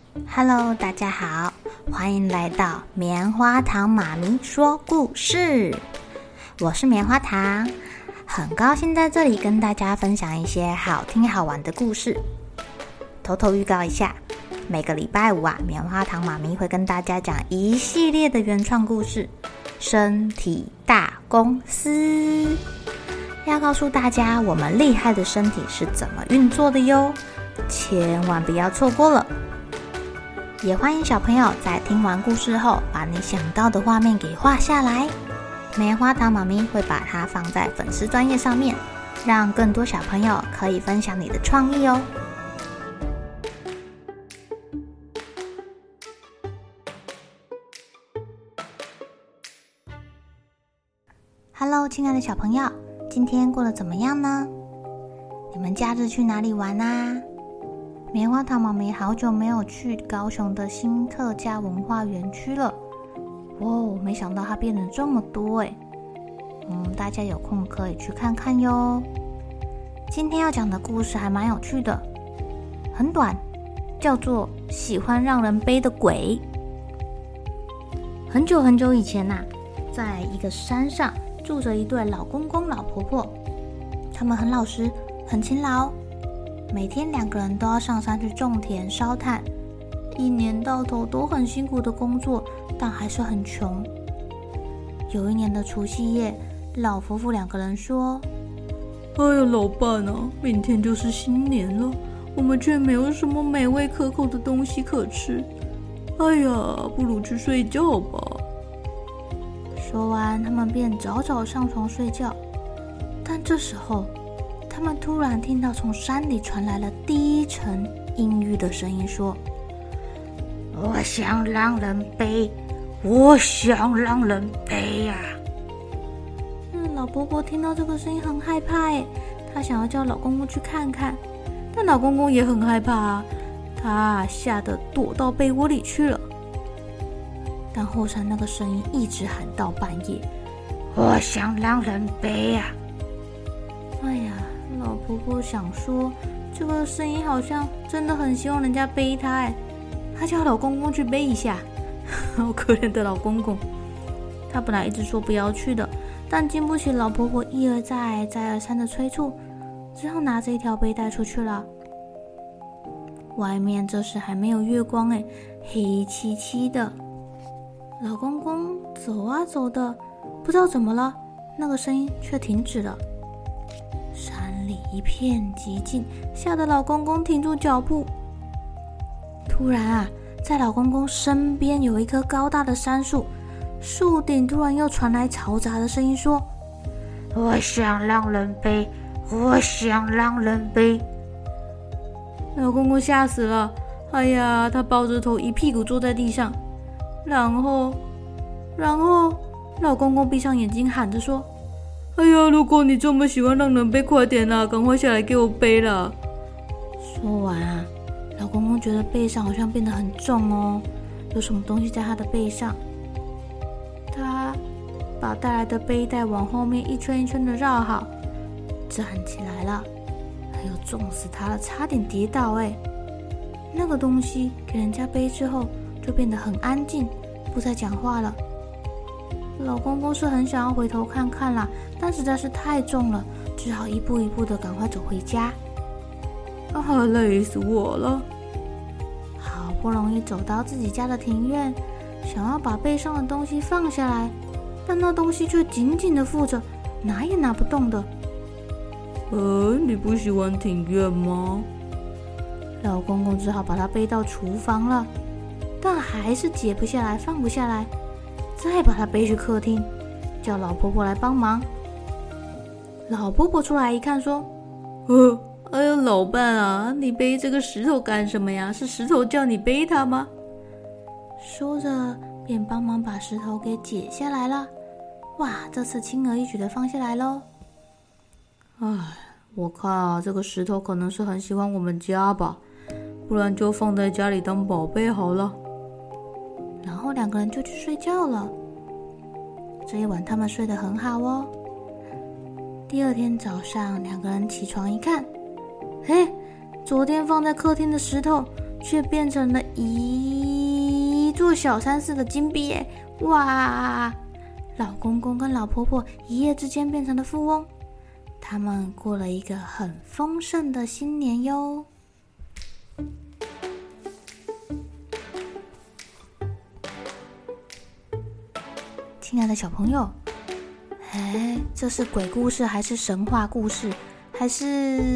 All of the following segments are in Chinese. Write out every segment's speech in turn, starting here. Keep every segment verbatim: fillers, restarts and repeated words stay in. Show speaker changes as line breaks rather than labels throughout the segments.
Hello， 大家好，欢迎来到棉花糖妈咪说故事。我是棉花糖，很高兴在这里跟大家分享一些好听好玩的故事。偷偷预告一下，每个礼拜五啊，棉花糖妈咪会跟大家讲一系列的原创故事，身体大公司。要告诉大家我们厉害的身体是怎么运作的哟，千万不要错过了。也欢迎小朋友在听完故事后，把你想到的画面给画下来。棉花糖妈咪会把它放在粉丝专页上面，让更多小朋友可以分享你的创意哦。Hello， 亲爱的小朋友，今天过得怎么样呢？你们假日去哪里玩啊？棉花糖妈咪好久没有去高雄的新客家文化园区了，哇，没想到它变得这么多耶。嗯，大家有空可以去看看哟。今天要讲的故事还蛮有趣的，很短，叫做喜欢让人背的鬼。很久很久以前啊，在一个山上住着一对老公公老婆婆，他们很老实，很勤劳，每天两个人都要上山去种田烧炭，一年到头都很辛苦的工作，但还是很穷。有一年的除夕夜，老夫妇两个人说：哎呀，老伴啊，明天就是新年了，我们却没有什么美味可口的东西可吃，哎呀，不如去睡觉吧。说完，他们便早早上床睡觉。但这时候，他们突然听到从山里传来了低沉阴郁的声音，说：我想让人背，我想让人背呀、啊。嗯，老婆婆听到这个声音很害怕耶，她想要叫老公公去看看，但老公公也很害怕啊，他吓得躲到被窝里去了。但后山那个声音一直喊到半夜，我想让人背呀、啊。哎呀，老婆婆想说，这个声音好像真的很希望人家背她哎，她叫老公公去背一下。好可怜的老公公，他本来一直说不要去的，但经不起老婆婆一而再再而三的催促，只好拿着一条背带出去了。外面这时还没有月光哎，黑漆漆的。老公公走啊走的，不知道怎么了，那个声音却停止了。山里一片寂静，吓得老公公停住脚步。突然啊，在老公公身边有一棵高大的杉树，树顶突然又传来嘈杂的声音，说：我想让人背，我想让人背。老公公吓死了，哎呀，他抱着头一屁股坐在地上。然后，然后，老公公闭上眼睛喊着说：哎呀，如果你这么喜欢让人背，快点啦，赶快下来给我背啦。说完啊，老公公觉得背上好像变得很重哦，有什么东西在他的背上。他把带来的背带往后面一圈一圈的绕好，站起来了。哎呦，重死他了，差点跌倒哎。那个东西给人家背之后，就变得很安静，不再讲话了。老公公是很想要回头看看啦，但实在是太重了，只好一步一步的赶快走回家。啊，累死我了！好不容易走到自己家的庭院，想要把背上的东西放下来，但那东西却紧紧的附着，拿也拿不动的。呃，你不喜欢庭院吗？老公公只好把它背到厨房了。但还是解不下来，放不下来，再把它背去客厅，叫老婆婆来帮忙。老婆婆出来一看，说：呃，哎呦，老伴啊，你背这个石头干什么呀？是石头叫你背它吗？说着便帮忙把石头给解下来了。哇，这次轻而易举的放下来咯。唉，我看啊，这个石头可能是很喜欢我们家吧，不然就放在家里当宝贝好了。然后两个人就去睡觉了。这一晚他们睡得很好哦。第二天早上，两个人起床一看，嘿，昨天放在客厅的石头却变成了一座小山似的金币耶！哇！老公公跟老婆婆一夜之间变成了富翁，他们过了一个很丰盛的新年哟。亲爱的小朋友，哎，这是鬼故事还是神话故事？还是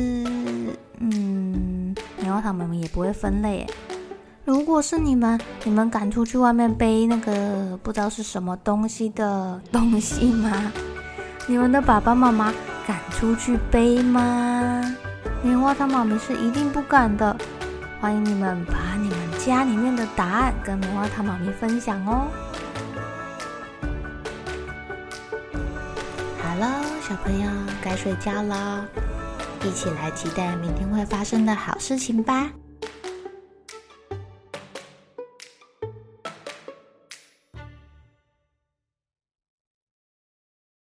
嗯，棉花糖妈妈也不会分类耶。如果是你们，你们敢出去外面背那个不知道是什么东西的东西吗？你们的爸爸妈妈敢出去背吗？棉花糖妈咪是一定不敢的。欢迎你们把你们家里面的答案跟棉花糖妈咪分享哦。好了，小朋友该睡觉了，一起来期待明天会发生的好事情吧。